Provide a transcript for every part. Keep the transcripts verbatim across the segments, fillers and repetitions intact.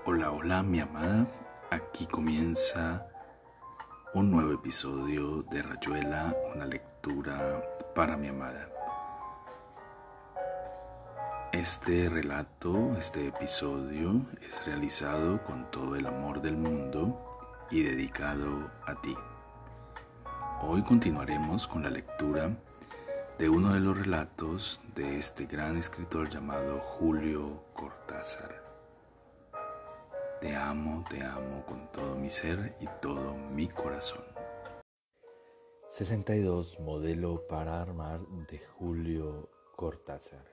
Hola, hola mi amada, aquí comienza un nuevo episodio de Rayuela, una lectura para mi amada. Este relato, este episodio es realizado con todo el amor del mundo y dedicado a ti. Hoy continuaremos con la lectura de uno de los relatos de este gran escritor llamado Julio Cortázar. Te amo, te amo con todo mi ser y todo mi corazón. sesenta y dos Modelo para armar de Julio Cortázar.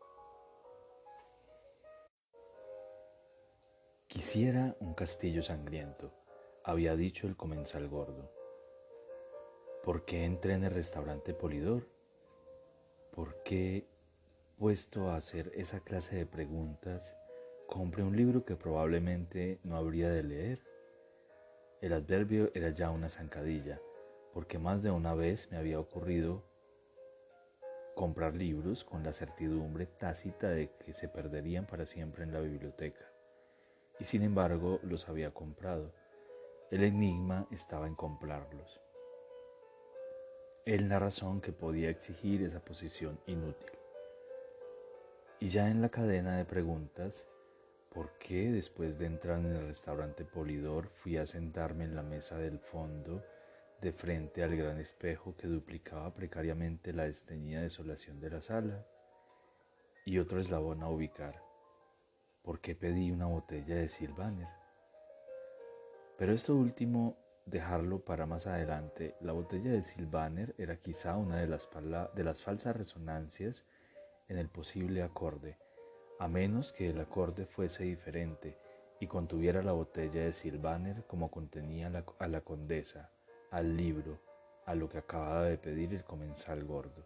Quisiera un castillo sangriento, había dicho el comensal gordo. ¿Por qué entré en el restaurante Polidor? ¿Por qué, puesto a hacer esa clase de preguntas, compré un libro que probablemente no habría de leer? El adverbio era ya una zancadilla, porque más de una vez me había ocurrido comprar libros con la certidumbre tácita de que se perderían para siempre en la biblioteca. Y sin embargo los había comprado. El enigma estaba en comprarlos. En la razón que podía exigir esa posición inútil. Y ya en la cadena de preguntas, ¿por qué después de entrar en el restaurante Polidor fui a sentarme en la mesa del fondo de frente al gran espejo que duplicaba precariamente la desteñida desolación de la sala? Y otro eslabón a ubicar. ¿Por qué pedí una botella de Sylvaner? Pero esto último, dejarlo para más adelante. La botella de Sylvaner era quizá una de las, de las falsas resonancias en el posible acorde, a menos que el acorde fuese diferente y contuviera la botella de Sylvaner como contenía la, a la condesa, al libro, a lo que acababa de pedir el comensal gordo.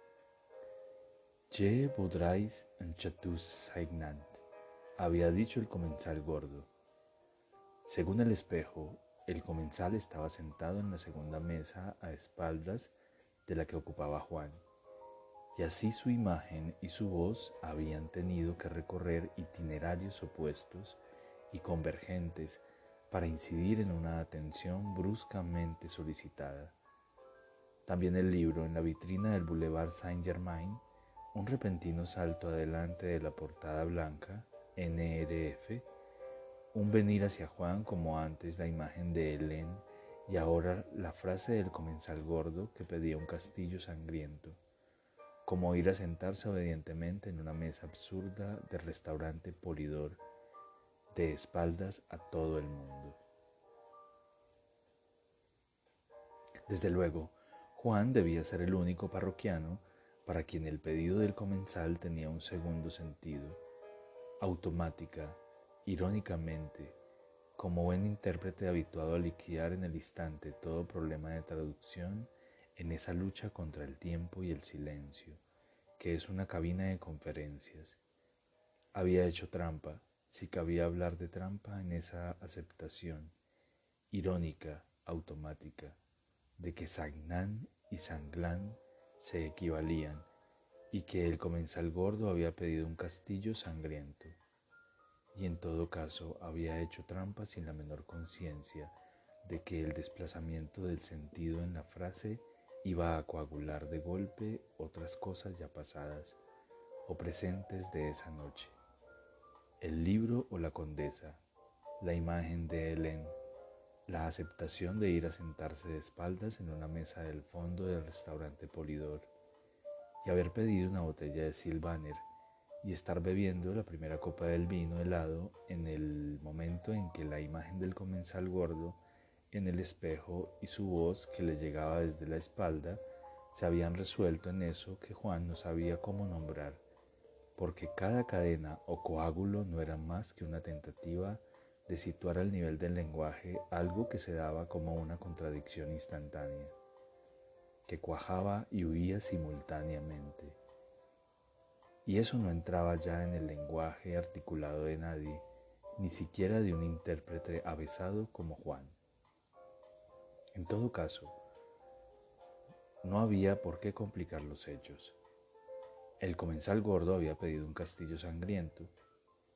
Je voudrais un château saignant, había dicho el comensal gordo. Según el espejo, el comensal estaba sentado en la segunda mesa a espaldas de la que ocupaba Juan, y así su imagen y su voz habían tenido que recorrer itinerarios opuestos y convergentes para incidir en una atención bruscamente solicitada. También el libro, en la vitrina del Boulevard Saint-Germain, un repentino salto adelante de la portada blanca, N R F, un venir hacia Juan como antes la imagen de Hélène y ahora la frase del comensal gordo que pedía un castillo sangriento, como ir a sentarse obedientemente en una mesa absurda del restaurante Polidor, de espaldas a todo el mundo. Desde luego, Juan debía ser el único parroquiano para quien el pedido del comensal tenía un segundo sentido, automática, irónicamente, como buen intérprete habituado a liquidar en el instante todo problema de traducción en esa lucha contra el tiempo y el silencio, que es una cabina de conferencias. Había hecho trampa, si cabía hablar de trampa en esa aceptación, irónica, automática, de que Sagnan y Sanglán se equivalían y que el comensal gordo había pedido un castillo sangriento. Y en todo caso había hecho trampa sin la menor conciencia de que el desplazamiento del sentido en la frase iba a coagular de golpe otras cosas ya pasadas o presentes de esa noche. El libro o la condesa, la imagen de Hélène, la aceptación de ir a sentarse de espaldas en una mesa del fondo del restaurante Polidor y haber pedido una botella de Sylvaner y estar bebiendo la primera copa del vino helado en el momento en que la imagen del comensal gordo en el espejo y su voz que le llegaba desde la espalda se habían resuelto en eso que Juan no sabía cómo nombrar, porque cada cadena o coágulo no era más que una tentativa de situar al nivel del lenguaje algo que se daba como una contradicción instantánea, que cuajaba y huía simultáneamente. Y eso no entraba ya en el lenguaje articulado de nadie, ni siquiera de un intérprete avesado como Juan. En todo caso, no había por qué complicar los hechos. El comensal gordo había pedido un castillo sangriento,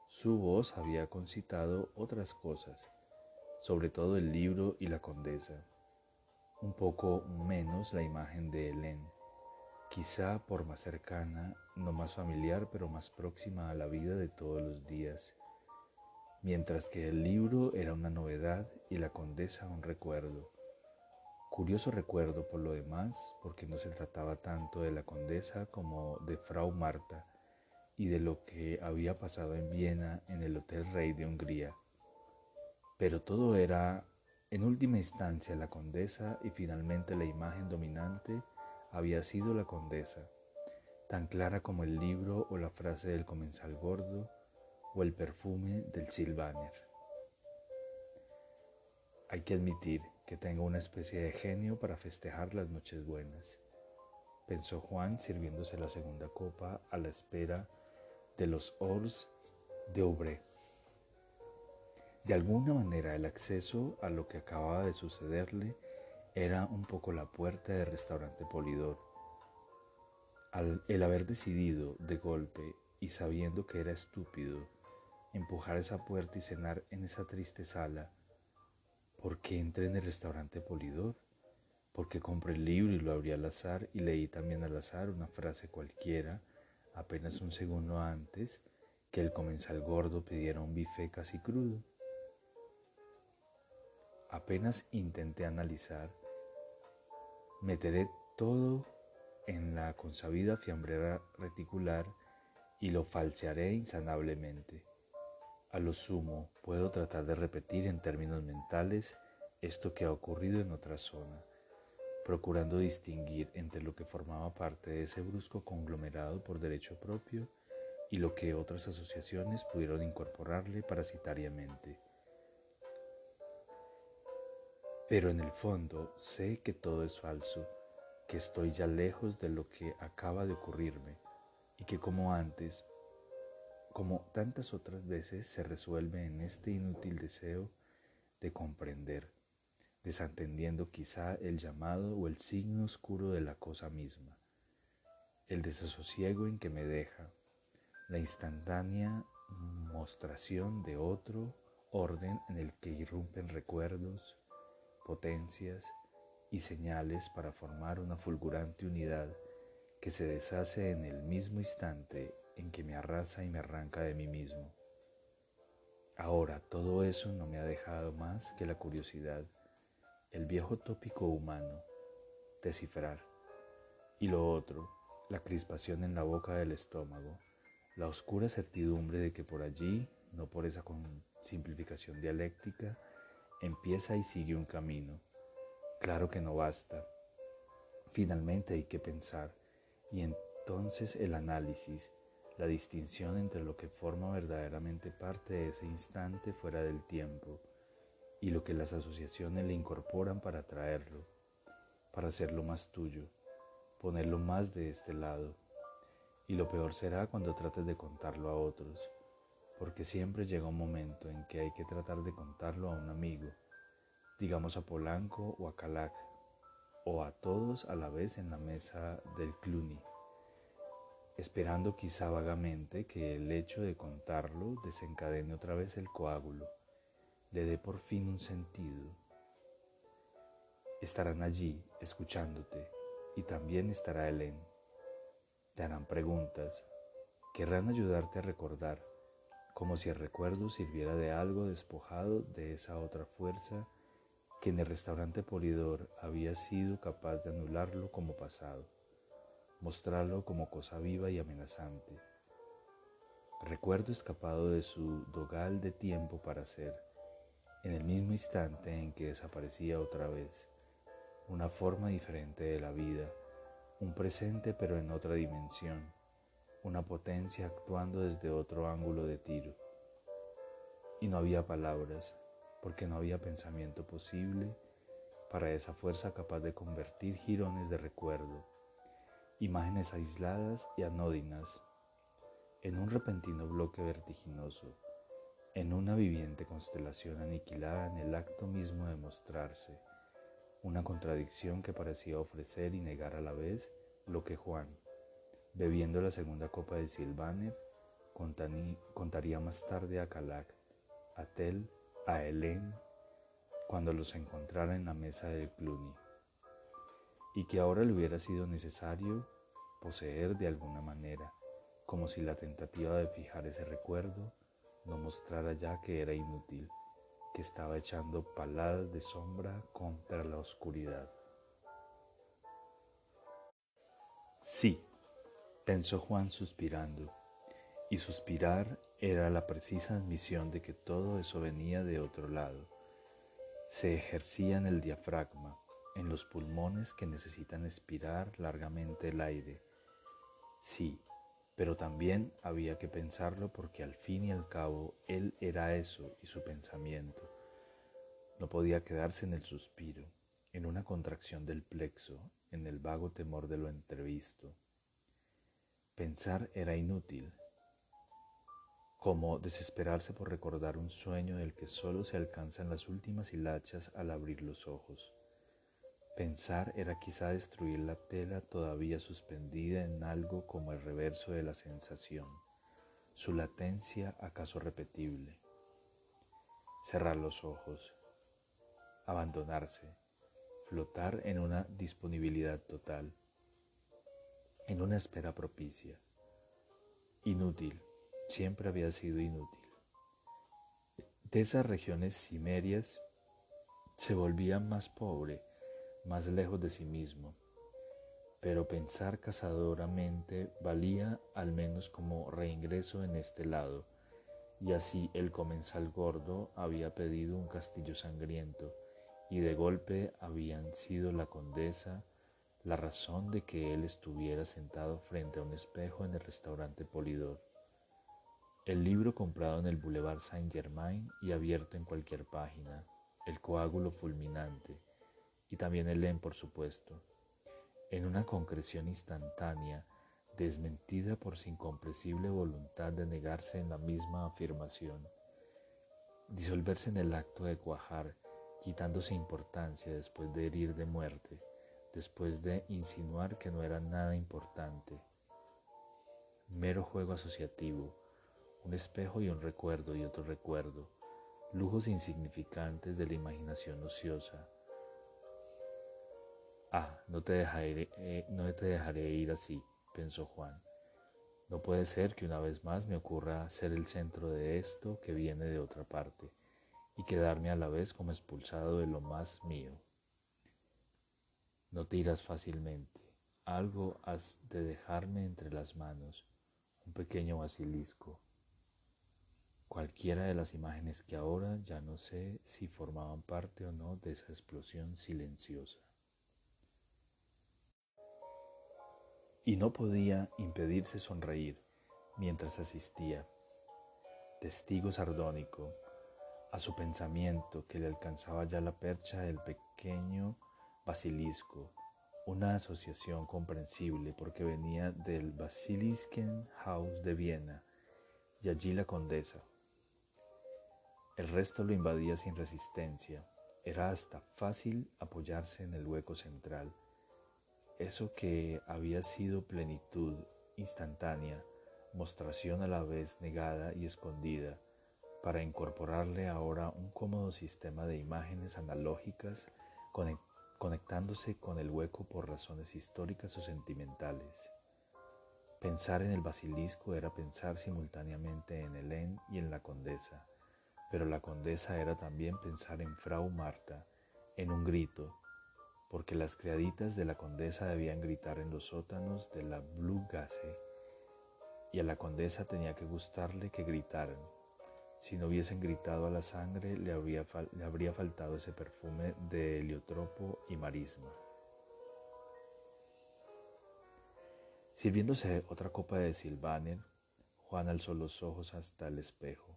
Su voz había concitado otras cosas, sobre todo el libro y la condesa, un poco menos la imagen de Helene, quizá por más cercana, no más familiar, pero más próxima a la vida de todos los días, mientras que el libro era una novedad y la condesa un recuerdo. Curioso recuerdo por lo demás, porque no se trataba tanto de la condesa como de Frau Marta y de lo que había pasado en Viena en el Hotel Rey de Hungría. Pero todo era, en última instancia, la condesa y finalmente la imagen dominante había sido la condesa, tan clara como el libro o la frase del comensal gordo o el perfume del Silvaner. Hay que admitir que tengo una especie de genio para festejar las noches buenas, pensó Juan sirviéndose la segunda copa a la espera de los hors d'oeuvre. De alguna manera el acceso a lo que acababa de sucederle era un poco la puerta del restaurante Polidor. Al, el haber decidido de golpe y sabiendo que era estúpido empujar esa puerta y cenar en esa triste sala, ¿por qué entré en el restaurante Polidor? Porque compré el libro y lo abrí al azar y leí también al azar una frase cualquiera, apenas un segundo antes que el comensal gordo pidiera un bife casi crudo. Apenas intenté analizar, meteré todo en la consabida fiambrera reticular y lo falsearé insanablemente. A lo sumo, puedo tratar de repetir en términos mentales esto que ha ocurrido en otra zona, procurando distinguir entre lo que formaba parte de ese brusco conglomerado por derecho propio y lo que otras asociaciones pudieron incorporarle parasitariamente. Pero en el fondo sé que todo es falso, que estoy ya lejos de lo que acaba de ocurrirme y que como antes, como tantas otras veces, se resuelve en este inútil deseo de comprender, desatendiendo quizá el llamado o el signo oscuro de la cosa misma, el desasosiego en que me deja, la instantánea mostración de otro orden en el que irrumpen recuerdos, potencias y señales para formar una fulgurante unidad que se deshace en el mismo instante en que me arrasa y me arranca de mí mismo. Ahora todo eso no me ha dejado más que la curiosidad, el viejo tópico humano, descifrar, y lo otro, la crispación en la boca del estómago, la oscura certidumbre de que por allí, no por esa simplificación dialéctica, empieza y sigue un camino. Claro que no basta. Finalmente hay que pensar, y entonces el análisis, la distinción entre lo que forma verdaderamente parte de ese instante fuera del tiempo y lo que las asociaciones le incorporan para traerlo, para hacerlo más tuyo, ponerlo más de este lado. Y lo peor será cuando trates de contarlo a otros, porque siempre llega un momento en que hay que tratar de contarlo a un amigo, digamos a Polanco o a Calac, o a todos a la vez en la mesa del Cluny, esperando quizá vagamente que el hecho de contarlo desencadene otra vez el coágulo, le dé por fin un sentido. Estarán allí escuchándote y también estará Helene. Te harán preguntas, querrán ayudarte a recordar, como si el recuerdo sirviera de algo despojado de esa otra fuerza que en el restaurante Polidor había sido capaz de anularlo como pasado, mostrarlo como cosa viva y amenazante. Recuerdo escapado de su dogal de tiempo para ser, en el mismo instante en que desaparecía otra vez, una forma diferente de la vida, un presente pero en otra dimensión, una potencia actuando desde otro ángulo de tiro. Y no había palabras, porque no había pensamiento posible para esa fuerza capaz de convertir jirones de recuerdo, imágenes aisladas y anódinas, en un repentino bloque vertiginoso, en una viviente constelación aniquilada en el acto mismo de mostrarse, una contradicción que parecía ofrecer y negar a la vez lo que Juan, bebiendo la segunda copa de Silvaner, contaría más tarde a Calac, a Tel, a Helen, cuando los encontrara en la mesa del Cluny, y que ahora le hubiera sido necesario poseer de alguna manera, como si la tentativa de fijar ese recuerdo no mostrara ya que era inútil, que estaba echando paladas de sombra contra la oscuridad. Sí, pensó Juan suspirando, y suspirar era la precisa admisión de que todo eso venía de otro lado. Se ejercía en el diafragma, en los pulmones que necesitan expirar largamente el aire. Sí, pero también había que pensarlo porque al fin y al cabo él era eso y su pensamiento. No podía quedarse en el suspiro, en una contracción del plexo, en el vago temor de lo entrevisto. Pensar era inútil, como desesperarse por recordar un sueño del que solo se alcanzan las últimas hilachas al abrir los ojos. Pensar era quizá destruir la tela todavía suspendida en algo como el reverso de la sensación, su latencia acaso repetible. Cerrar los ojos, abandonarse, flotar en una disponibilidad total, en una espera propicia. Inútil, siempre había sido inútil. De esas regiones cimerias se volvía más pobre, más lejos de sí mismo, pero pensar cazadoramente valía al menos como reingreso en este lado, y así el comensal gordo había pedido un castillo sangriento, y de golpe habían sido la condesa la razón de que él estuviera sentado frente a un espejo en el restaurante Polidor. El libro comprado en el Boulevard Saint-Germain y abierto en cualquier página, el coágulo fulminante, y también Helen, por supuesto, en una concreción instantánea, desmentida por su incomprensible voluntad de negarse en la misma afirmación, disolverse en el acto de cuajar, quitándose importancia después de herir de muerte, después de insinuar que no era nada importante. Mero juego asociativo, un espejo y un recuerdo y otro recuerdo, lujos insignificantes de la imaginación ociosa. Ah, no te dejaré, eh, no te dejaré ir así, pensó Juan. No puede ser que una vez más me ocurra ser el centro de esto que viene de otra parte y quedarme a la vez como expulsado de lo más mío. No te irás fácilmente. Algo has de dejarme entre las manos, un pequeño basilisco. Cualquiera de las imágenes que ahora ya no sé si formaban parte o no de esa explosión silenciosa. Y no podía impedirse sonreír mientras asistía, testigo sardónico, a su pensamiento que le alcanzaba ya la percha del pequeño basilisco, una asociación comprensible porque venía del Basiliskenhaus de Viena y allí la condesa. El resto lo invadía sin resistencia, era hasta fácil apoyarse en el hueco central. Eso que había sido plenitud instantánea, mostración a la vez negada y escondida, para incorporarle ahora un cómodo sistema de imágenes analógicas conectándose con el hueco por razones históricas o sentimentales. Pensar en el basilisco era pensar simultáneamente en Helen y en la condesa, pero la condesa era también pensar en Frau Marta, en un grito, porque las criaditas de la condesa debían gritar en los sótanos de la Blue Gasse, y a la condesa tenía que gustarle que gritaran. Si no hubiesen gritado a la sangre, le habría, fal- le habría faltado ese perfume de heliotropo y marisma. Sirviéndose otra copa de Sylvaner, Juan alzó los ojos hasta el espejo.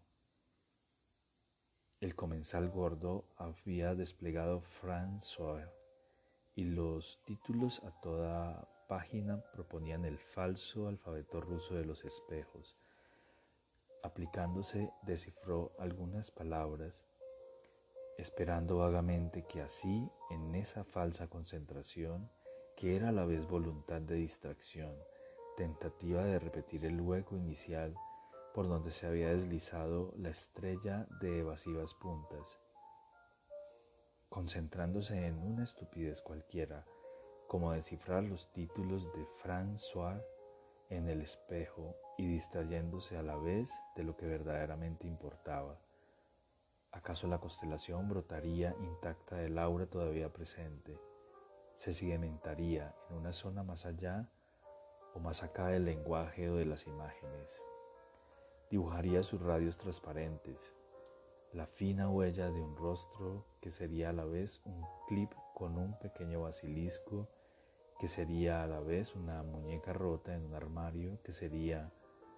El comensal gordo había desplegado François y los títulos a toda página proponían el falso alfabeto ruso de los espejos. Aplicándose, descifró algunas palabras, esperando vagamente que así, en esa falsa concentración, que era a la vez voluntad de distracción, tentativa de repetir el hueco inicial, por donde se había deslizado la estrella de evasivas puntas, concentrándose en una estupidez cualquiera, como descifrar los títulos de François en el espejo y distrayéndose a la vez de lo que verdaderamente importaba. ¿Acaso la constelación brotaría intacta del aura todavía presente? ¿Se sedimentaría en una zona más allá o más acá del lenguaje o de las imágenes? Dibujaría sus radios transparentes, la fina huella de un rostro que sería a la vez un clip con un pequeño basilisco, que sería a la vez una muñeca rota en un armario, que sería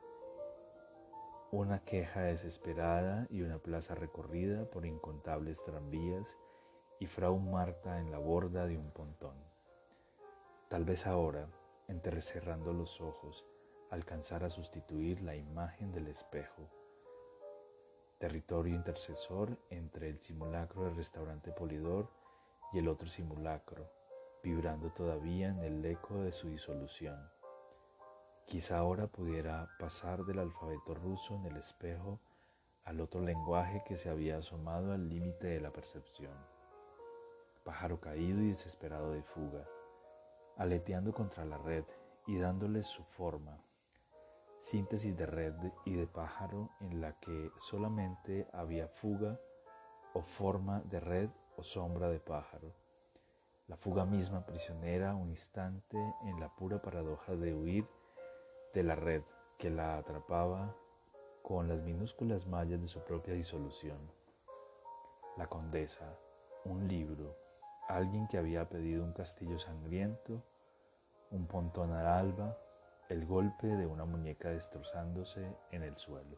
una queja desesperada y una plaza recorrida por incontables tranvías y Frau Marta en la borda de un pontón. Tal vez ahora, entrecerrando los ojos, alcanzara a sustituir la imagen del espejo, territorio intercesor entre el simulacro del restaurante Polidor y el otro simulacro, vibrando todavía en el eco de su disolución. Quizá ahora pudiera pasar del alfabeto ruso en el espejo al otro lenguaje que se había asomado al límite de la percepción. Pájaro caído y desesperado de fuga, aleteando contra la red y dándole su forma. Síntesis de red y de pájaro en la que solamente había fuga o forma de red o sombra de pájaro. La fuga misma prisionera un instante en la pura paradoja de huir de la red que la atrapaba con las minúsculas mallas de su propia disolución. La condesa, un libro, alguien que había pedido un castillo sangriento, un pontón al alba, el golpe de una muñeca destrozándose en el suelo.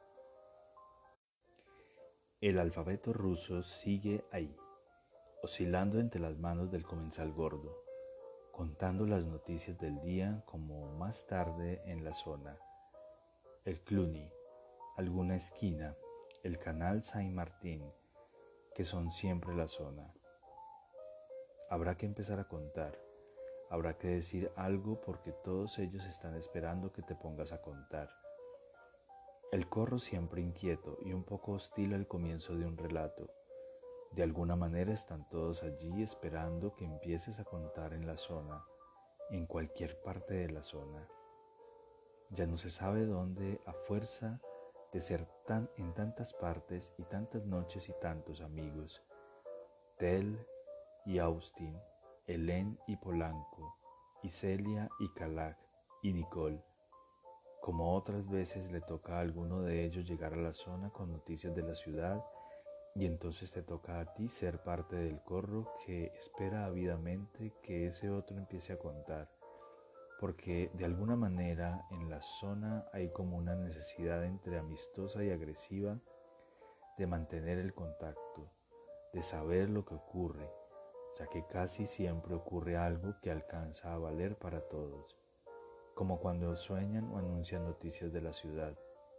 El alfabeto ruso sigue ahí, oscilando entre las manos del comensal gordo, contando las noticias del día como más tarde en la zona. El Cluny, alguna esquina, el canal Saint-Martin, que son siempre la zona. Habrá que empezar a contar, habrá que decir algo porque todos ellos están esperando que te pongas a contar. El corro siempre inquieto y un poco hostil al comienzo de un relato. De alguna manera están todos allí esperando que empieces a contar en la zona, en cualquier parte de la zona. Ya no se sabe dónde, a fuerza de ser tan en tantas partes y tantas noches y tantos amigos. Tell y Austin, Hélène y Polanco, y Celia y Calac y Nicole. Como otras veces le toca a alguno de ellos llegar a la zona con noticias de la ciudad y entonces te toca a ti ser parte del corro que espera ávidamente que ese otro empiece a contar, porque de alguna manera en la zona hay como una necesidad entre amistosa y agresiva de mantener el contacto, de saber lo que ocurre, ya que casi siempre ocurre algo que alcanza a valer para todos, como cuando sueñan o anuncian noticias de la ciudad,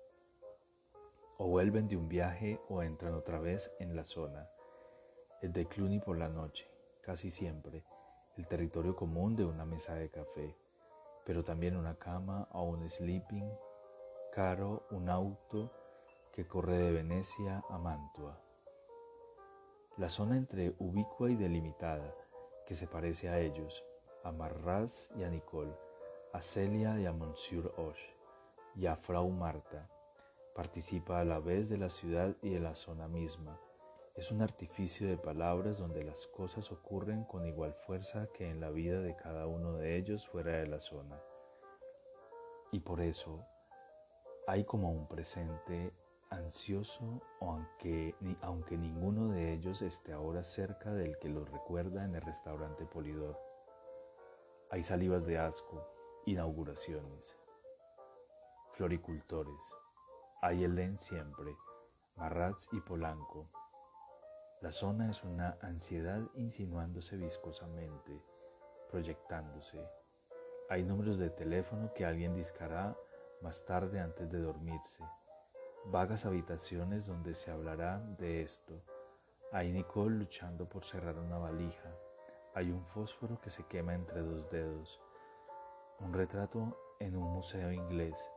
o vuelven de un viaje o entran otra vez en la zona, el de Cluny por la noche, casi siempre, el territorio común de una mesa de café, pero también una cama o un sleeping, caro, un auto que corre de Venecia a Mantua. La zona entre ubicua y delimitada, que se parece a ellos, a Marras y a Nicole, a Celia y a Monsieur Hoche, y a Frau Marta, participa a la vez de la ciudad y de la zona misma. Es un artificio de palabras donde las cosas ocurren con igual fuerza que en la vida de cada uno de ellos fuera de la zona. Y por eso hay como un presente ansioso, o aunque, ni, aunque ninguno de ellos esté ahora cerca del que los recuerda en el restaurante Polidor. Hay salivas de asco, inauguraciones, floricultores. Hay Hélène siempre, Marratz y Polanco. La zona es una ansiedad insinuándose viscosamente, proyectándose. Hay números de teléfono que alguien discará más tarde antes de dormirse. Vagas habitaciones donde se hablará de esto. Hay Nicole luchando por cerrar una valija. Hay un fósforo que se quema entre dos dedos. Un retrato en un museo inglés.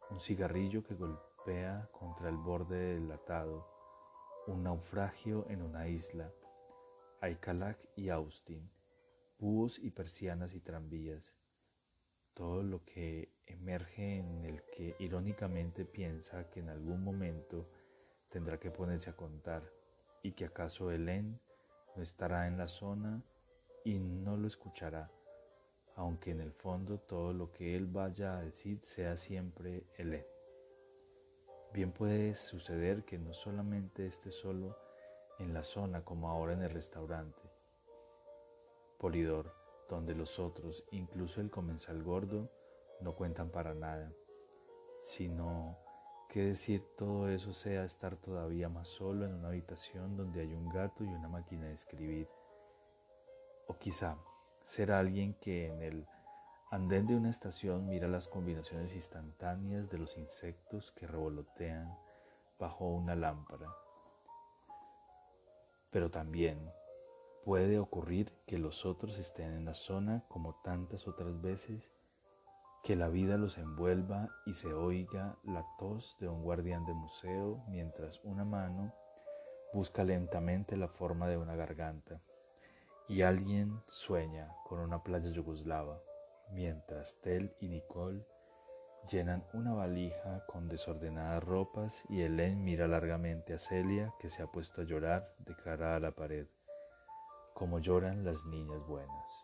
un cigarrillo que golpea contra el borde del atado, un naufragio en una isla, Aikalac y Austin, búhos y persianas y tranvías, todo lo que emerge en el que irónicamente piensa que en algún momento tendrá que ponerse a contar y que acaso Hélène no estará en la zona y no lo escuchará, aunque en el fondo todo lo que él vaya a decir sea siempre Hélène. Bien puede suceder que no solamente esté solo en la zona como ahora en el restaurante Polidor, donde los otros, incluso el comensal gordo, no cuentan para nada, sino que decir todo eso sea estar todavía más solo en una habitación donde hay un gato y una máquina de escribir. O quizá ser alguien que en el andén de una estación mira las combinaciones instantáneas de los insectos que revolotean bajo una lámpara. Pero también puede ocurrir que los otros estén en la zona como tantas otras veces, que la vida los envuelva y se oiga la tos de un guardián de museo mientras una mano busca lentamente la forma de una garganta y alguien sueña con una playa yugoslava, mientras Tel y Nicole llenan una valija con desordenadas ropas y Hélène mira largamente a Celia, que se ha puesto a llorar de cara a la pared, como lloran las niñas buenas.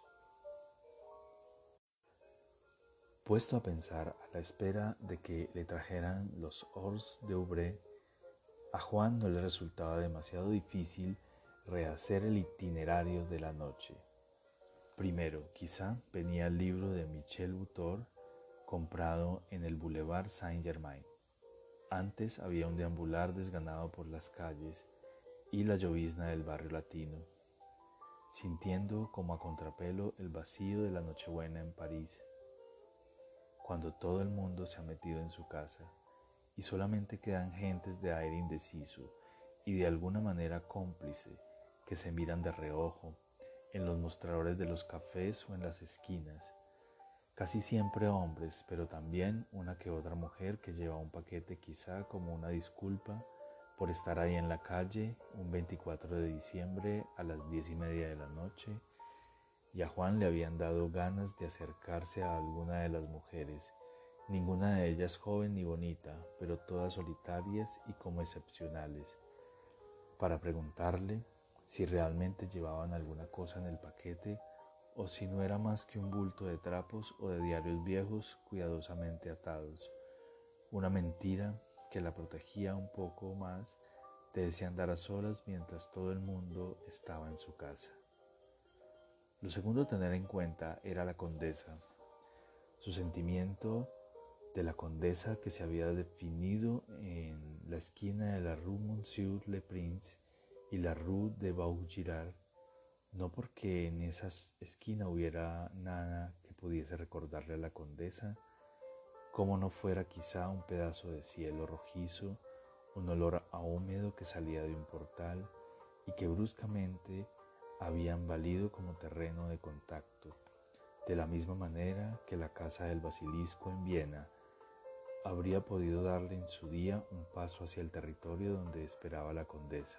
Puesto a pensar a la espera de que le trajeran los hors d'oeuvre, a Juan no le resultaba demasiado difícil rehacer el itinerario de la noche. Primero, quizá venía el libro de Michel Butor, comprado en el Boulevard Saint-Germain. Antes había un deambular desganado por las calles y la llovizna del barrio latino, sintiendo como a contrapelo el vacío de la Nochebuena en París, cuando todo el mundo se ha metido en su casa y solamente quedan gentes de aire indeciso y de alguna manera cómplice que se miran de reojo en los mostradores de los cafés o en las esquinas, casi siempre hombres, pero también una que otra mujer que lleva un paquete quizá como una disculpa por estar ahí en la calle un veinticuatro de diciembre a las diez y media de la noche, y a Juan le habían dado ganas de acercarse a alguna de las mujeres, ninguna de ellas joven ni bonita, pero todas solitarias y como excepcionales, para preguntarle si realmente llevaban alguna cosa en el paquete o si no era más que un bulto de trapos o de diarios viejos cuidadosamente atados, una mentira que la protegía un poco más de ese andar a solas mientras todo el mundo estaba en su casa. Lo segundo a tener en cuenta era la condesa, su sentimiento de la condesa que se había definido en la esquina de la Rue Monsieur-le-Prince y la Rue de Vaugirard, no porque en esa esquina hubiera nada que pudiese recordarle a la condesa, como no fuera quizá un pedazo de cielo rojizo, un olor a húmedo que salía de un portal y que bruscamente habían valido como terreno de contacto, de la misma manera que la casa del Basilisco en Viena habría podido darle en su día un paso hacia el territorio donde esperaba la condesa.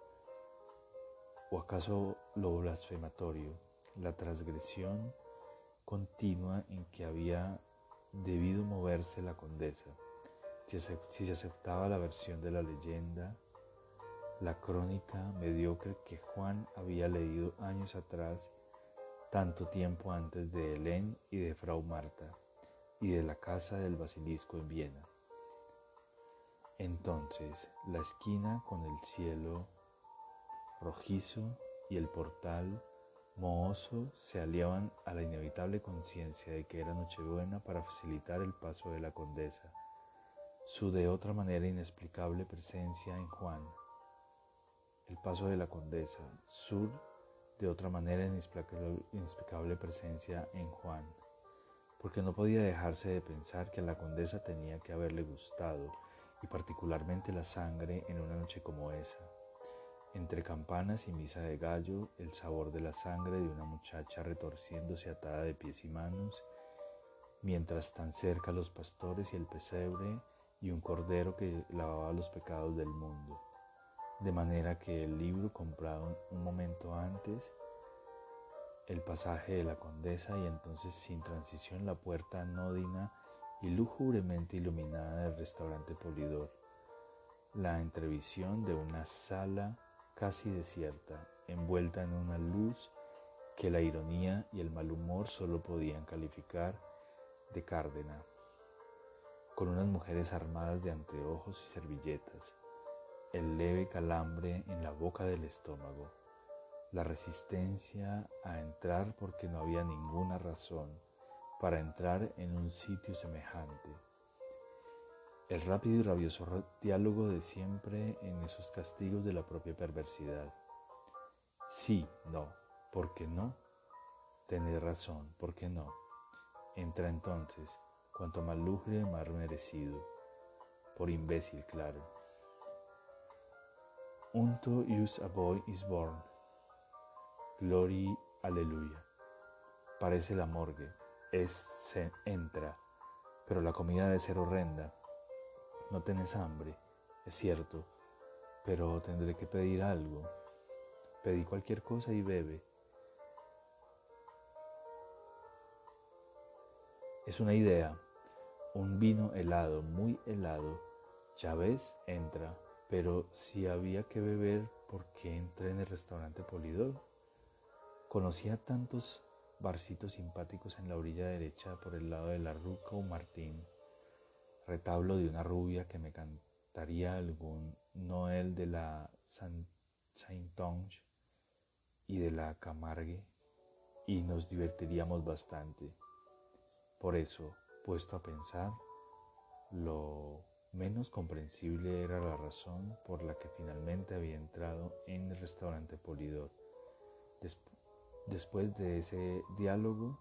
¿O acaso lo blasfematorio, la transgresión continua en que había debido moverse la condesa, si se aceptaba la versión de la leyenda, la crónica mediocre que Juan había leído años atrás, tanto tiempo antes de Hélène y de Frau Marta, y de la casa del Basilisco en Viena? Entonces, la esquina con el cielo rojizo y el portal mohoso se aliaban a la inevitable conciencia de que era Nochebuena para facilitar el paso de la condesa, su de otra manera inexplicable presencia en Juan. El paso de la condesa, su de otra manera inexplicable, inexplicable presencia en Juan, porque no podía dejarse de pensar que a la condesa tenía que haberle gustado, y particularmente la sangre en una noche como esa. Entre campanas y misa de gallo, el sabor de la sangre de una muchacha retorciéndose atada de pies y manos, mientras tan cerca los pastores y el pesebre y un cordero que lavaba los pecados del mundo. De manera que el libro comprado un momento antes, el pasaje de la condesa y entonces sin transición la puerta anodina y lúgubremente iluminada del restaurante Polidor. La entrevisión de una sala casi desierta, envuelta en una luz que la ironía y el mal humor solo podían calificar de cárdena, con unas mujeres armadas de anteojos y servilletas, el leve calambre en la boca del estómago, la resistencia a entrar porque no había ninguna razón para entrar en un sitio semejante, el rápido y rabioso diálogo de siempre en esos castigos de la propia perversidad. Sí, no, ¿por qué no? Tenés razón, ¿por qué no? Entra entonces, cuanto más lúgubre, más merecido. Por imbécil, claro. Unto us a boy is born. Glory, aleluya. Parece la morgue. Es, se entra. Pero la comida debe ser horrenda. No tenés hambre, es cierto, pero tendré que pedir algo. Pedí cualquier cosa y bebe. Es una idea. Un vino helado, muy helado. Ya ves, entra. Pero si había que beber, ¿por qué entré en el restaurante Polidor? Conocía tantos barcitos simpáticos en la orilla derecha por el lado de la Rue Martin, retablo de una rubia que me cantaría algún Noel de la Saintonge y de la Camargue, y nos divertiríamos bastante. Por eso, puesto a pensar, lo menos comprensible era la razón por la que finalmente había entrado en el restaurante Polidor. Des- después de ese diálogo,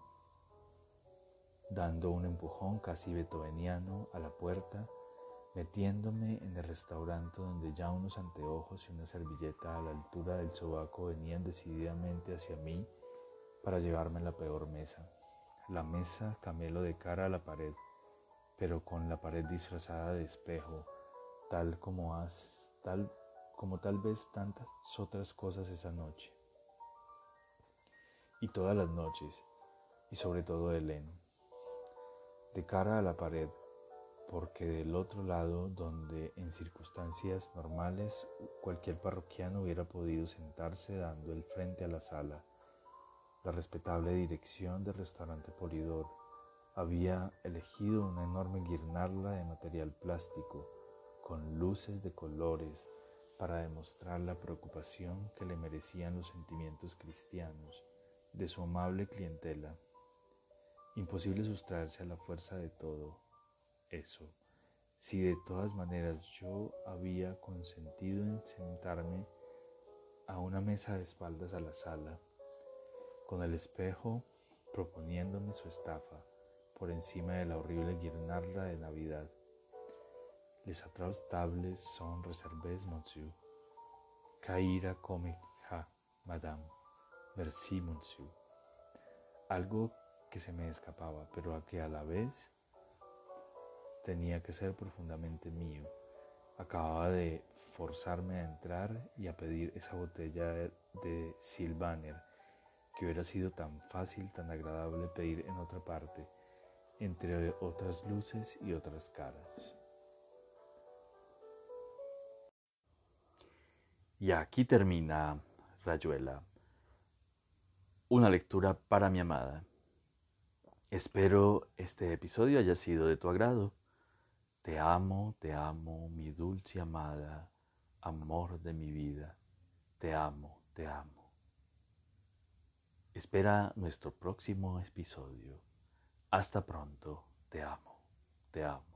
dando un empujón casi beethoveniano a la puerta, metiéndome en el restaurante donde ya unos anteojos y una servilleta a la altura del sobaco venían decididamente hacia mí para llevarme a la peor mesa. La mesa camelo de cara a la pared, pero con la pared disfrazada de espejo, tal como, has, tal, como tal vez tantas otras cosas esa noche. Y todas las noches, y sobre todo Helen. De cara a la pared, porque del otro lado, donde en circunstancias normales cualquier parroquiano hubiera podido sentarse dando el frente a la sala, la respetable dirección del restaurante Polidor había elegido una enorme guirnalda de material plástico con luces de colores para demostrar la preocupación que le merecían los sentimientos cristianos de su amable clientela. Imposible sustraerse a la fuerza de todo eso, si de todas maneras yo había consentido en sentarme a una mesa de espaldas a la sala, con el espejo proponiéndome su estafa por encima de la horrible guirnalda de Navidad. Les autres tables sont réservées, monsieur. Caïra come ja, madame. Merci, monsieur. Algo que se me escapaba, pero a que a la vez tenía que ser profundamente mío. Acababa de forzarme a entrar y a pedir esa botella de, de Sylvaner, que hubiera sido tan fácil, tan agradable pedir en otra parte, entre otras luces y otras caras. Y aquí termina Rayuela, una lectura para mi amada. Espero este episodio haya sido de tu agrado. Te amo, te amo, mi dulce amada, amor de mi vida. Te amo, te amo. Espera nuestro próximo episodio. Hasta pronto, te amo, te amo.